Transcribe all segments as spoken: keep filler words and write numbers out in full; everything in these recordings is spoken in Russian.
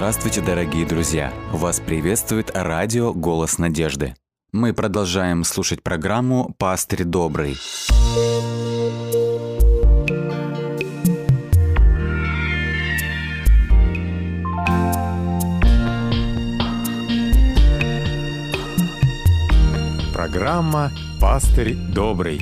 Здравствуйте, дорогие друзья! Вас приветствует радио «Голос надежды». Мы продолжаем слушать программу «Пастырь добрый». Программа «Пастырь добрый».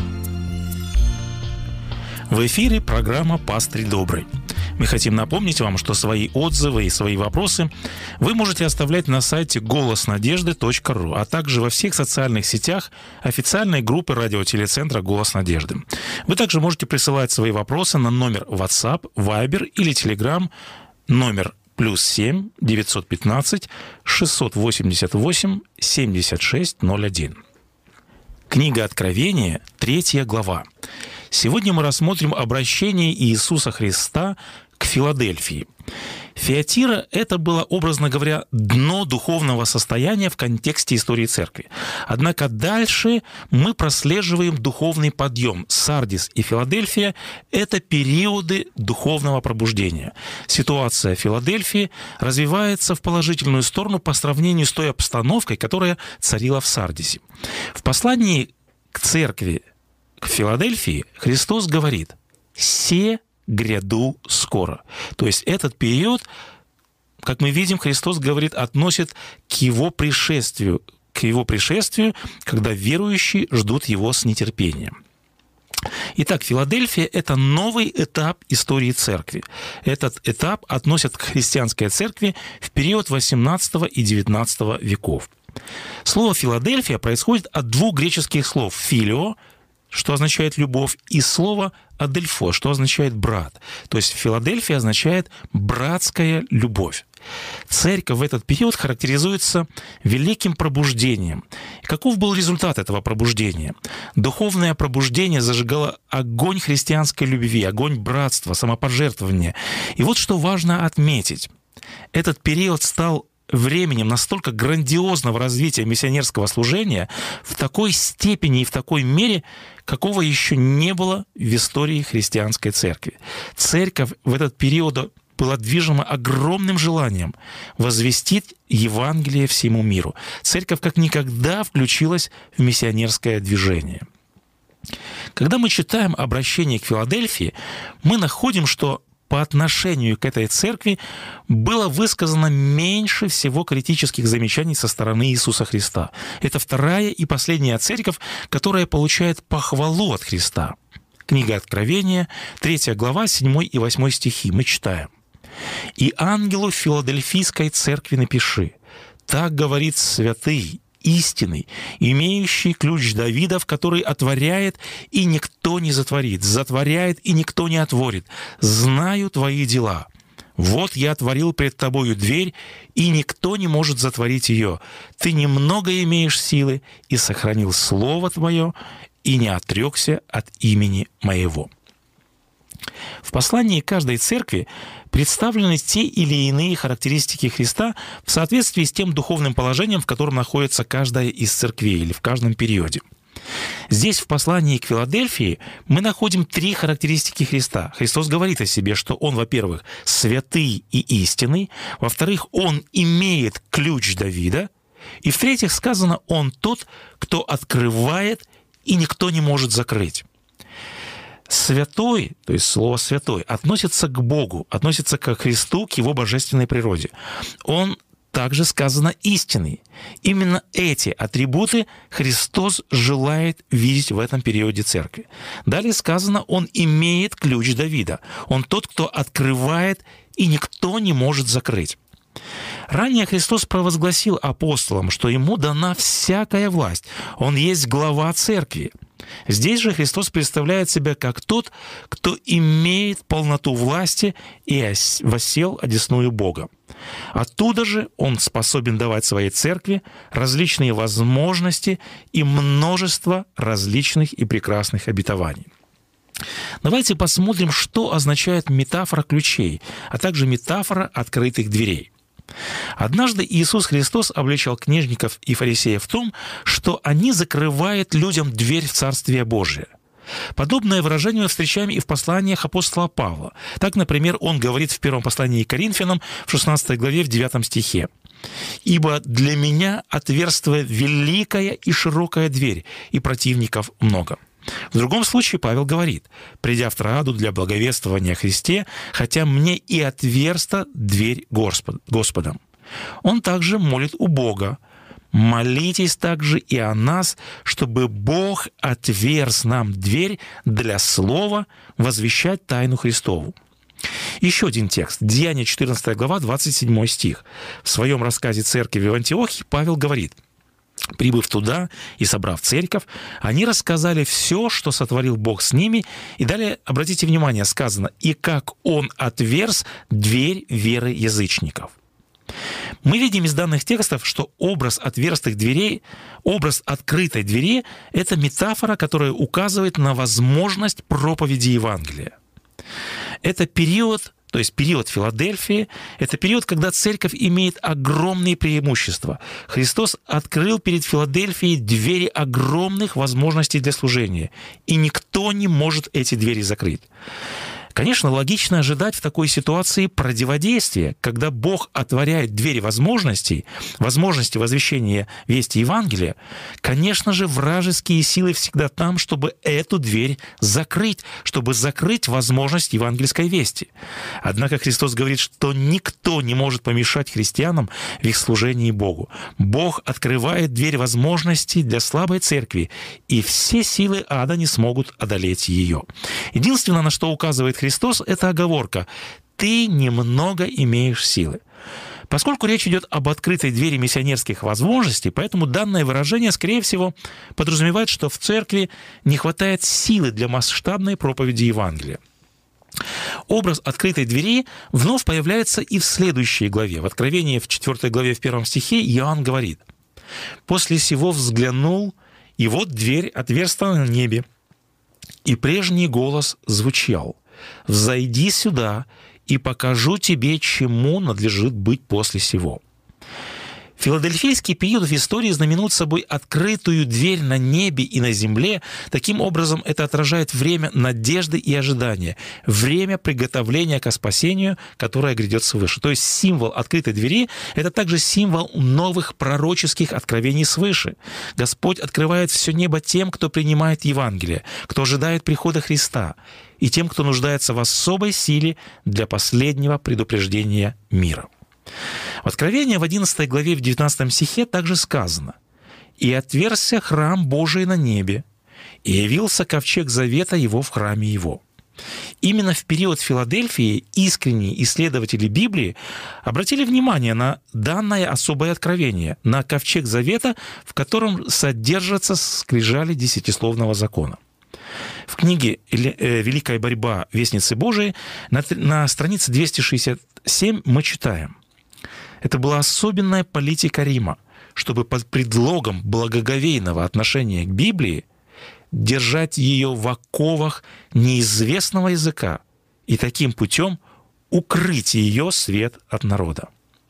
В эфире программа «Пастырь добрый». Мы хотим напомнить вам, что свои отзывы и свои вопросы вы можете оставлять на сайте голос надежды точка ру, а также во всех социальных сетях официальной группы радиотелецентра «Голос надежды». Вы также можете присылать свои вопросы на номер WhatsApp, Viber или Telegram, номер плюс семь девятьсот пятнадцать шестьсот восемьдесят восемь семьдесят шесть ноль один. Книга Откровения, третья глава. Сегодня мы рассмотрим обращение Иисуса Христа к Филадельфии. Фиатира – это было, образно говоря, дно духовного состояния в контексте истории церкви. Однако дальше мы прослеживаем духовный подъем. Сардис и Филадельфия – это периоды духовного пробуждения. Ситуация Филадельфии развивается в положительную сторону по сравнению с той обстановкой, которая царила в Сардисе. В послании к церкви, к Филадельфии, Христос говорит: «Се гряду скоро». То есть этот период, как мы видим, Христос говорит, относит к его пришествию, к его пришествию, когда верующие ждут его с нетерпением. Итак, Филадельфия – это новый этап истории церкви. Этот этап относят к христианской церкви в период восемнадцатого и девятнадцатого веков. Слово «Филадельфия» происходит от двух греческих слов «филио», что означает «любовь», и слово «адельфо», что означает «брат». То есть Филадельфия означает «братская любовь». Церковь в этот период характеризуется великим пробуждением. Каков был результат этого пробуждения? Духовное пробуждение зажигало огонь христианской любви, огонь братства, самопожертвования. И вот что важно отметить. Этот период стал временем настолько грандиозного развития миссионерского служения в такой степени и в такой мере, какого еще не было в истории христианской церкви. Церковь в этот период была движима огромным желанием возвестить Евангелие всему миру. Церковь как никогда включилась в миссионерское движение. Когда мы читаем обращение к Филадельфии, мы находим, что по отношению к этой церкви было высказано меньше всего критических замечаний со стороны Иисуса Христа. Это вторая и последняя церковь, которая получает похвалу от Христа. Книга Откровения, третья глава, седьмой и восьмой стихи. Мы читаем: «И ангелу Филадельфийской церкви напиши: так говорит святый, истинный, имеющий ключ Давидов, который отворяет, и никто не затворит, затворяет, и никто не отворит. Знаю твои дела. Вот я отворил пред тобою дверь, и никто не может затворить ее. Ты немного имеешь силы, и сохранил слово твое, и не отрекся от имени моего». В послании каждой церкви представлены те или иные характеристики Христа в соответствии с тем духовным положением, в котором находится каждая из церквей или в каждом периоде. Здесь, в послании к Филадельфии, мы находим три характеристики Христа. Христос говорит о себе, что Он, во-первых, святый и истинный, во-вторых, Он имеет ключ Давида, и, в-третьих, сказано, Он тот, кто открывает, и никто не может закрыть. Святой, то есть слово «святой», относится к Богу, относится к Христу, к Его божественной природе. Он также сказано истинный. Именно эти атрибуты Христос желает видеть в этом периоде церкви. Далее сказано, Он имеет ключ Давида. Он тот, кто открывает, и никто не может закрыть. Ранее Христос провозгласил апостолам, что Ему дана всякая власть. Он есть глава церкви. Здесь же Христос представляет себя как тот, кто имеет полноту власти и воссел одесную Бога. Оттуда же Он способен давать своей церкви различные возможности и множество различных и прекрасных обетований. Давайте посмотрим, что означает метафора ключей, а также метафора открытых дверей. Однажды Иисус Христос обличал книжников и фарисеев в том, что они закрывают людям дверь в Царствие Божие. Подобное выражение мы встречаем и в посланиях апостола Павла. Так, например, он говорит в первом послании к Коринфянам в шестнадцатой главе в девятом стихе. «Ибо для меня отверстие великая и широкая дверь, и противников много». В другом случае Павел говорит: «Придя в Троаду для благовествования о Христе, хотя мне и отверста дверь Господом». Он также молит у Бога: «Молитесь также и о нас, чтобы Бог отверз нам дверь для слова возвещать тайну Христову». Еще один текст. Деяния четырнадцатая глава, двадцать седьмой стих. В своем рассказе церкви в Антиохии Павел говорит: «Прибыв туда и собрав церковь, они рассказали все, что сотворил Бог с ними». И далее, обратите внимание, сказано: «И как Он отверз дверь веры язычников». Мы видим из данных текстов, что образ отверстых дверей, образ открытой двери — это метафора, которая указывает на возможность проповеди Евангелия. Это период, то есть период Филадельфии, это период, когда церковь имеет огромные преимущества. Христос открыл перед Филадельфией двери огромных возможностей для служения, и никто не может эти двери закрыть. Конечно, логично ожидать в такой ситуации противодействия, когда Бог отворяет двери возможностей, возможности возвещения вести Евангелия. Конечно же, вражеские силы всегда там, чтобы эту дверь закрыть, чтобы закрыть возможность евангельской вести. Однако Христос говорит, что никто не может помешать христианам в их служении Богу. Бог открывает дверь возможностей для слабой церкви, и все силы ада не смогут одолеть ее. Единственное, на что указывает Христос, это оговорка: «Ты немного имеешь силы». Поскольку речь идет об открытой двери миссионерских возможностей, поэтому данное выражение, скорее всего, подразумевает, что в церкви не хватает силы для масштабной проповеди Евангелия. Образ открытой двери вновь появляется и в следующей главе. В Откровении, в четвёртой главе, в первом стихе, Иоанн говорит: «После сего взглянул, и вот дверь отверста на небе, и прежний голос звучал: «Взойди сюда, и покажу тебе, чему надлежит быть после сего». Филадельфийский период в истории знаменует собой открытую дверь на небе и на земле. Таким образом, это отражает время надежды и ожидания, время приготовления к спасению, которое грядет свыше. То есть символ открытой двери — это также символ новых пророческих откровений свыше. Господь открывает все небо тем, кто принимает Евангелие, кто ожидает прихода Христа, и тем, кто нуждается в особой силе для последнего предупреждения мира. В Откровении в одиннадцатой главе в девятнадцатом стихе также сказано: «И отверзся храм Божий на небе, и явился ковчег завета его в храме его». Именно в период Филадельфии искренние исследователи Библии обратили внимание на данное особое откровение, на ковчег завета, в котором содержатся скрижали десятисловного закона. В книге «Великая борьба. Вестницы Божией» на, на странице двести шестьдесят семь мы читаем: «Это была особенная политика Рима, чтобы под предлогом благоговейного отношения к Библии держать ее в оковах неизвестного языка и таким путем укрыть ее свет от народа».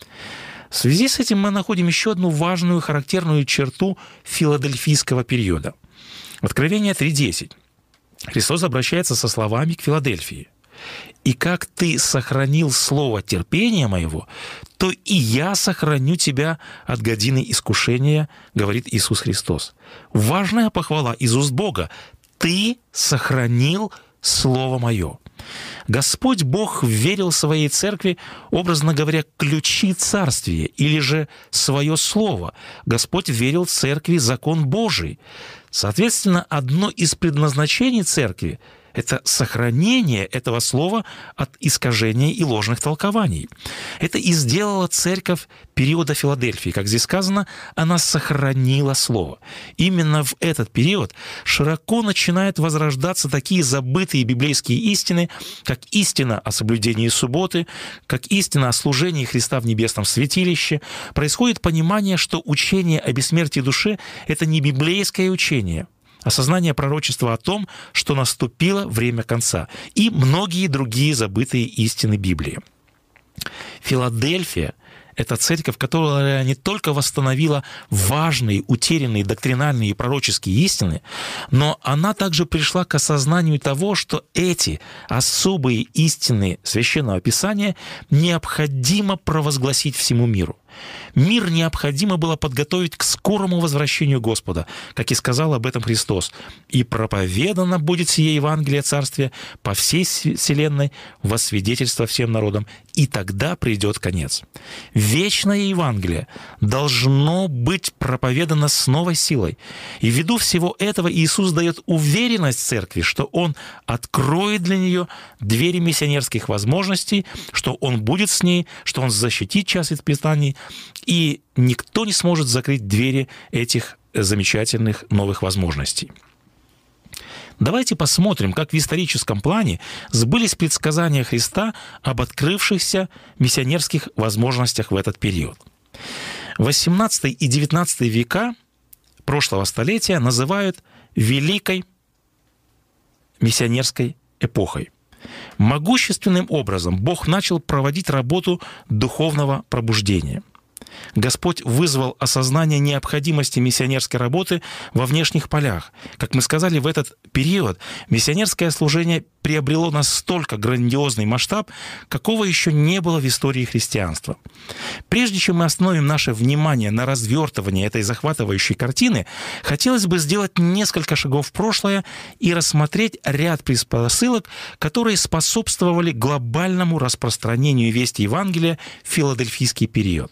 В связи с этим мы находим еще одну важную характерную черту филадельфийского периода. В Откровении три десять Христос обращается со словами к Филадельфии: «И как ты сохранил слово терпения моего, то и я сохраню тебя от годины искушения», говорит Иисус Христос. Важная похвала из уст Бога: «Ты сохранил слово мое». Господь Бог верил своей церкви, образно говоря, ключи царствия, или же свое слово. Господь верил церкви закон Божий. Соответственно, одно из предназначений церкви — это сохранение этого слова от искажений и ложных толкований. Это и сделала церковь периода Филадельфии. Как здесь сказано, она сохранила слово. Именно в этот период широко начинают возрождаться такие забытые библейские истины, как истина о соблюдении субботы, как истина о служении Христа в небесном святилище. Происходит понимание, что учение о бессмертии души — это не библейское учение, осознание пророчества о том, что наступило время конца, и многие другие забытые истины Библии. Филадельфия Это церковь, которая не только восстановила важные, утерянные доктринальные и пророческие истины, но она также пришла к осознанию того, что эти особые истины Священного Писания необходимо провозгласить всему миру. Мир необходимо было подготовить к скорому возвращению Господа, как и сказал об этом Христос. «И проповедано будет сие Евангелие Царствия по всей вселенной во свидетельство всем народам, и тогда придет конец». Вечное Евангелие должно быть проповедано с новой силой. И ввиду всего этого Иисус дает уверенность церкви, что Он откроет для нее двери миссионерских возможностей, что Он будет с ней, что Он защитит час испытаний, и никто не сможет закрыть двери этих замечательных новых возможностей. Давайте посмотрим, как в историческом плане сбылись предсказания Христа об открывшихся миссионерских возможностях в этот период. восемнадцатый и девятнадцатый века прошлого столетия называют Великой миссионерской эпохой. Могущественным образом Бог начал проводить работу духовного пробуждения. Господь вызвал осознание необходимости миссионерской работы во внешних полях. Как мы сказали, в этот период миссионерское служение приобрело настолько грандиозный масштаб, какого еще не было в истории христианства. Прежде чем мы остановим наше внимание на развертывании этой захватывающей картины, хотелось бы сделать несколько шагов в прошлое и рассмотреть ряд предпосылок, которые способствовали глобальному распространению вести Евангелия в филадельфийский период.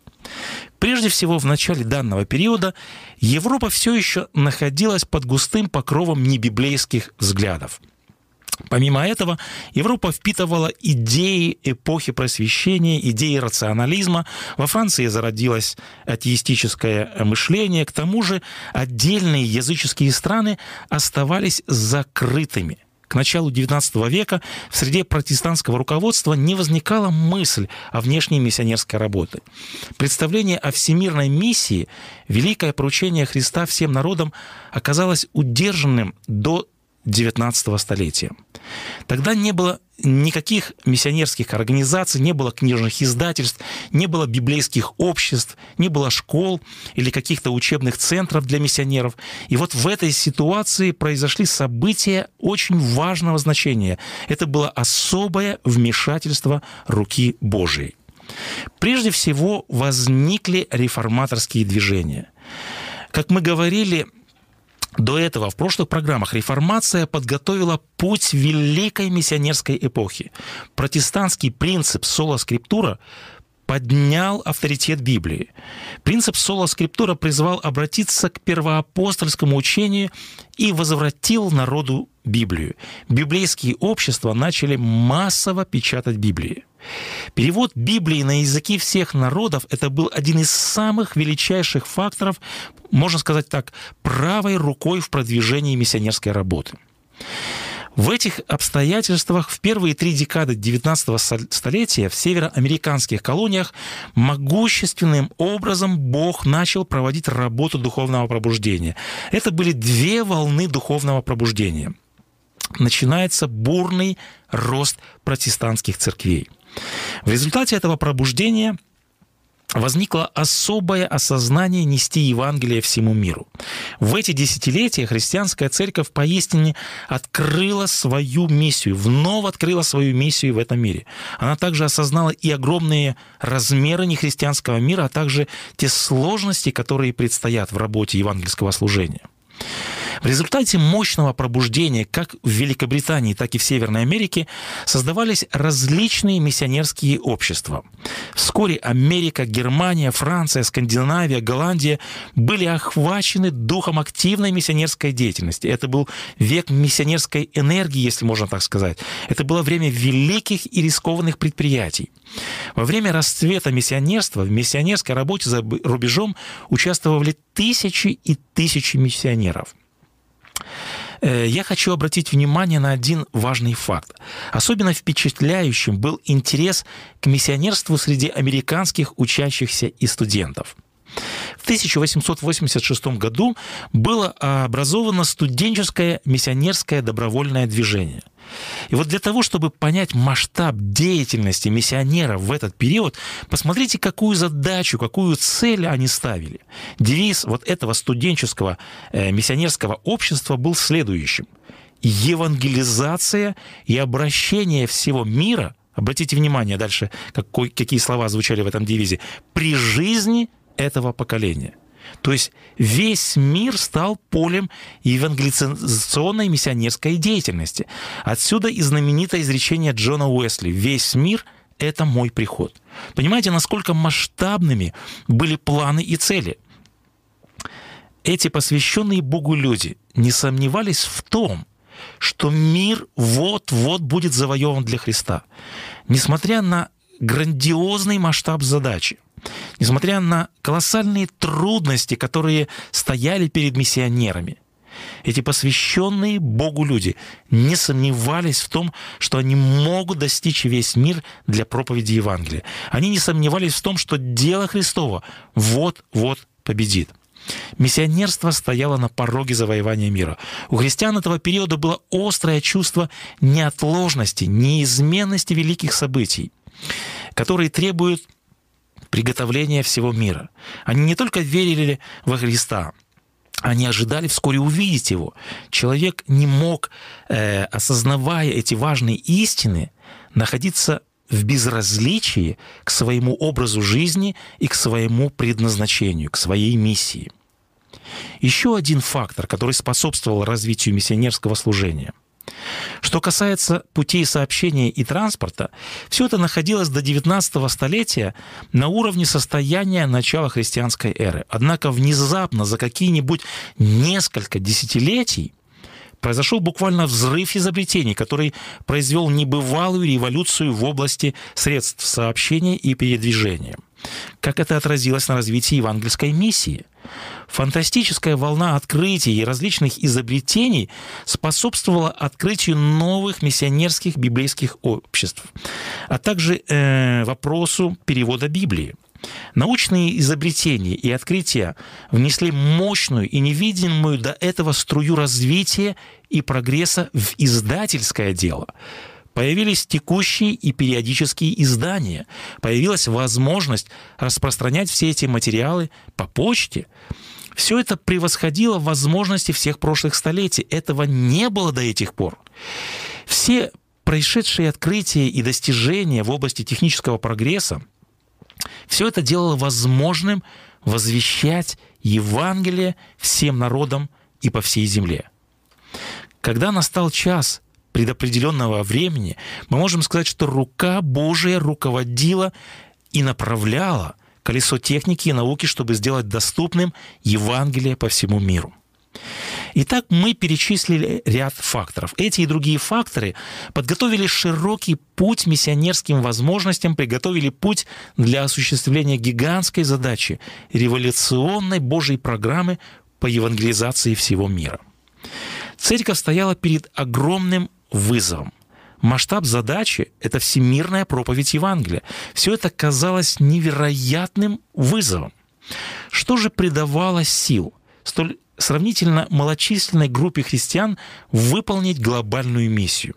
Прежде всего, в начале данного периода Европа все еще находилась под густым покровом небиблейских взглядов. Помимо этого, Европа впитывала идеи эпохи просвещения, идеи рационализма. Во Франции зародилось атеистическое мышление. К тому же отдельные языческие страны оставались закрытыми. К началу девятнадцатого века в среде протестантского руководства не возникала мысль о внешней миссионерской работе. Представление о всемирной миссии, великое поручение Христа всем народам, оказалось удержанным до девятнадцатого столетия. Тогда не было никаких миссионерских организаций, не было книжных издательств, не было библейских обществ, не было школ или каких-то учебных центров для миссионеров. И вот в этой ситуации произошли события очень важного значения. Это было особое вмешательство руки Божией. Прежде всего возникли реформаторские движения. Как мы говорили до этого в прошлых программах, реформация подготовила путь великой миссионерской эпохи. Протестантский принцип соло скриптура поднял авторитет Библии. Принцип соло скриптура призвал обратиться к первоапостольскому учению и возвратил народу Библию. Библейские общества начали массово печатать Библии. Перевод Библии на языки всех народов – это был один из самых величайших факторов, можно сказать так, правой рукой в продвижении миссионерской работы. В этих обстоятельствах в первые три декады девятнадцатого столетия в североамериканских колониях могущественным образом Бог начал проводить работу духовного пробуждения. Это были две волны духовного пробуждения. Начинается бурный рост протестантских церквей. В результате этого пробуждения возникло особое осознание нести Евангелие всему миру. В эти десятилетия христианская церковь поистине открыла свою миссию, вновь открыла свою миссию в этом мире. Она также осознала и огромные размеры нехристианского мира, а также те сложности, которые предстоят в работе евангельского служения. В результате мощного пробуждения как в Великобритании, так и в Северной Америке создавались различные миссионерские общества. Вскоре Америка, Германия, Франция, Скандинавия, Голландия были охвачены духом активной миссионерской деятельности. Это был век миссионерской энергии, если можно так сказать. Это было время великих и рискованных предприятий. Во время расцвета миссионерства в миссионерской работе за рубежом участвовали тысячи и тысячи миссионеров. Я хочу обратить внимание на один важный факт. Особенно впечатляющим был интерес к миссионерству среди американских учащихся и студентов. В тысяча восемьсот восемьдесят шестом году было образовано студенческое миссионерское добровольное движение. И вот для того, чтобы понять масштаб деятельности миссионеров в этот период, посмотрите, какую задачу, какую цель они ставили. Девиз вот этого студенческого э, миссионерского общества был следующим: евангелизация и обращение всего мира, обратите внимание дальше, какой, какие слова звучали в этом девизе, при жизни этого поколения. То есть весь мир стал полем евангелизационной миссионерской деятельности. Отсюда и знаменитое изречение Джона Уэсли: «Весь мир — это мой приход». Понимаете, насколько масштабными были планы и цели? Эти посвященные Богу люди не сомневались в том, что мир вот-вот будет завоеван для Христа. Несмотря на грандиозный масштаб задачи, несмотря на колоссальные трудности, которые стояли перед миссионерами, эти посвященные Богу люди не сомневались в том, что они могут достичь весь мир для проповеди Евангелия. Они не сомневались в том, что дело Христово вот-вот победит. Миссионерство стояло на пороге завоевания мира. У христиан этого периода было острое чувство неотложности, неизменности великих событий, которые требуют приготовления всего мира. Они не только верили во Христа, они ожидали вскоре увидеть Его. Человек не мог, э, осознавая эти важные истины, находиться в безразличии к своему образу жизни и к своему предназначению, к своей миссии. Еще один фактор, который способствовал развитию миссионерского служения. Что касается путей сообщения и транспорта, все это находилось до девятнадцатого столетия на уровне состояния начала христианской эры. Однако внезапно за какие-нибудь несколько десятилетий произошел буквально взрыв изобретений, который произвел небывалую революцию в области средств сообщения и передвижения. Как это отразилось на развитии евангельской миссии? Фантастическая волна открытий и различных изобретений способствовала открытию новых миссионерских библейских обществ, а также э, вопросу перевода Библии. Научные изобретения и открытия внесли мощную и невидимую до этого струю развития и прогресса в издательское дело. Появились текущие и периодические издания, появилась возможность распространять все эти материалы по почте. Все это превосходило возможности всех прошлых столетий. Этого не было до этих пор. Все происшедшие открытия и достижения в области технического прогресса, все это делало возможным возвещать Евангелие всем народам и по всей земле. Когда настал час предопределенного времени, мы можем сказать, что рука Божия руководила и направляла колесо техники и науки, чтобы сделать доступным Евангелие по всему миру. Итак, мы перечислили ряд факторов. Эти и другие факторы подготовили широкий путь миссионерским возможностям, приготовили путь для осуществления гигантской задачи — революционной Божьей программы по евангелизации всего мира. Церковь стояла перед огромным вызовом. Масштаб задачи — это всемирная проповедь Евангелия. Все это казалось невероятным вызовом. Что же придавало сил столь сравнительно малочисленной группе христиан выполнить глобальную миссию?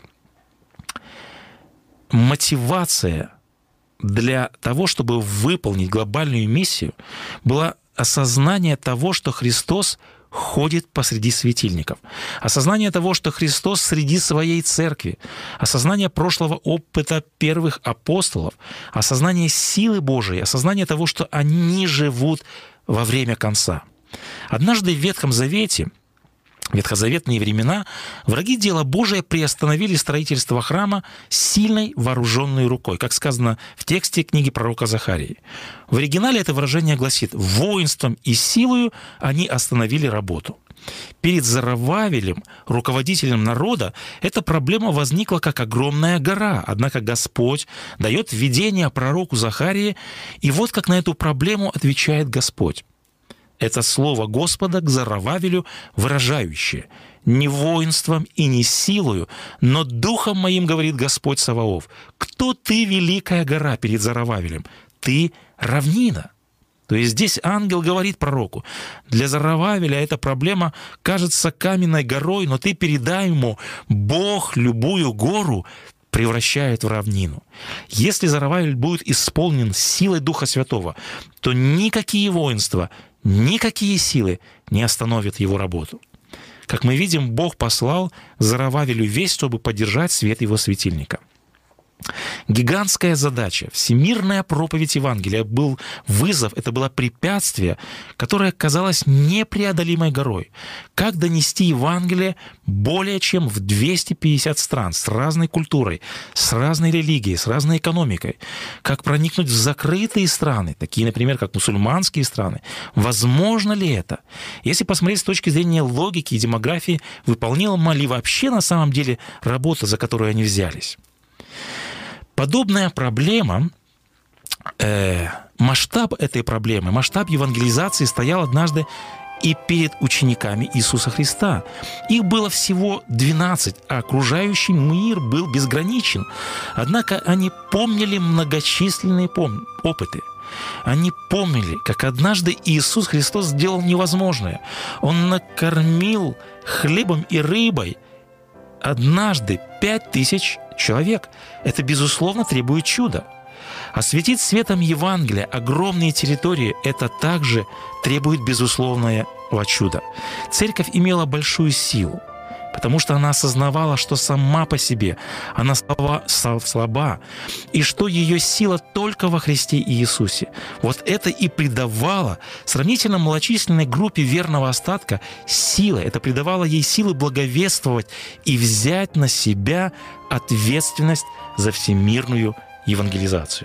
Мотивация для того, чтобы выполнить глобальную миссию, была осознание того, что Христос ходит посреди светильников, осознание того, что Христос среди своей церкви, осознание прошлого опыта первых апостолов, осознание силы Божией, осознание того, что они живут во время конца. Однажды в Ветхом Завете, в ветхозаветные времена, враги дела Божия приостановили строительство храма сильной вооруженной рукой, как сказано в тексте книги пророка Захарии. В оригинале это выражение гласит: «Воинством и силою они остановили работу». Перед Зоровавелем, руководителем народа, эта проблема возникла как огромная гора. Однако Господь дает видение пророку Захарии, и вот как на эту проблему отвечает Господь. Это слово Господа к Зоровавелю выражающее: «Не воинством и не силою, но духом моим, говорит Господь Саваоф. Кто ты, великая гора, перед Зоровавелем? Ты равнина». То То есть здесь ангел говорит пророку: для Зарававеля эта проблема кажется каменной горой, но ты передай ему, Бог любую гору превращает в равнину. Если Зарававель будет исполнен силой Духа Святого, то никакие воинства, никакие силы не остановят его работу. Как мы видим, Бог послал Зарававелю весть, чтобы поддержать свет его светильника. Гигантская задача, всемирная проповедь Евангелия был вызов, это было препятствие, которое казалось непреодолимой горой. Как донести Евангелие более чем в двести пятьдесят стран с разной культурой, с разной религией, с разной экономикой? Как проникнуть в закрытые страны, такие, например, как мусульманские страны? Возможно ли это? Если посмотреть с точки зрения логики и демографии, выполняла ли вообще на самом деле работа, за которую они взялись? Подобная проблема, э, масштаб этой проблемы, масштаб евангелизации стоял однажды и перед учениками Иисуса Христа. Их было всего двенадцать, а окружающий мир был безграничен. Однако они помнили многочисленные пом- опыты. Они помнили, как однажды Иисус Христос сделал невозможное. Он накормил хлебом и рыбой однажды пять тысяч человек. Это, безусловно, требует чуда. Осветить светом Евангелия огромные территории – это также требует безусловного чуда. Церковь имела большую силу, потому что она осознавала, что сама по себе она слаба, слаба, и что ее сила только во Христе Иисусе. Вот это и придавало сравнительно малочисленной группе верного остатка силы. Это придавало ей силы благовествовать и взять на себя ответственность за всемирную евангелизацию.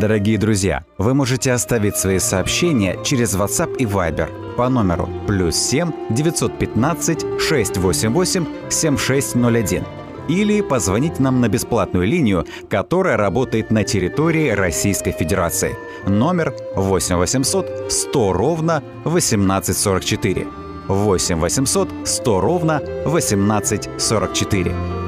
Дорогие друзья, вы можете оставить свои сообщения через WhatsApp и Viber по номеру плюс семь девятьсот пятнадцать шестьсот восемьдесят восемь семьдесят шесть ноль один или позвонить нам на бесплатную линию, которая работает на территории Российской Федерации. Номер восемь восемьсот сто ровно восемнадцать сорок четыре. восемь восемьсот сто ровно восемнадцать сорок четыре.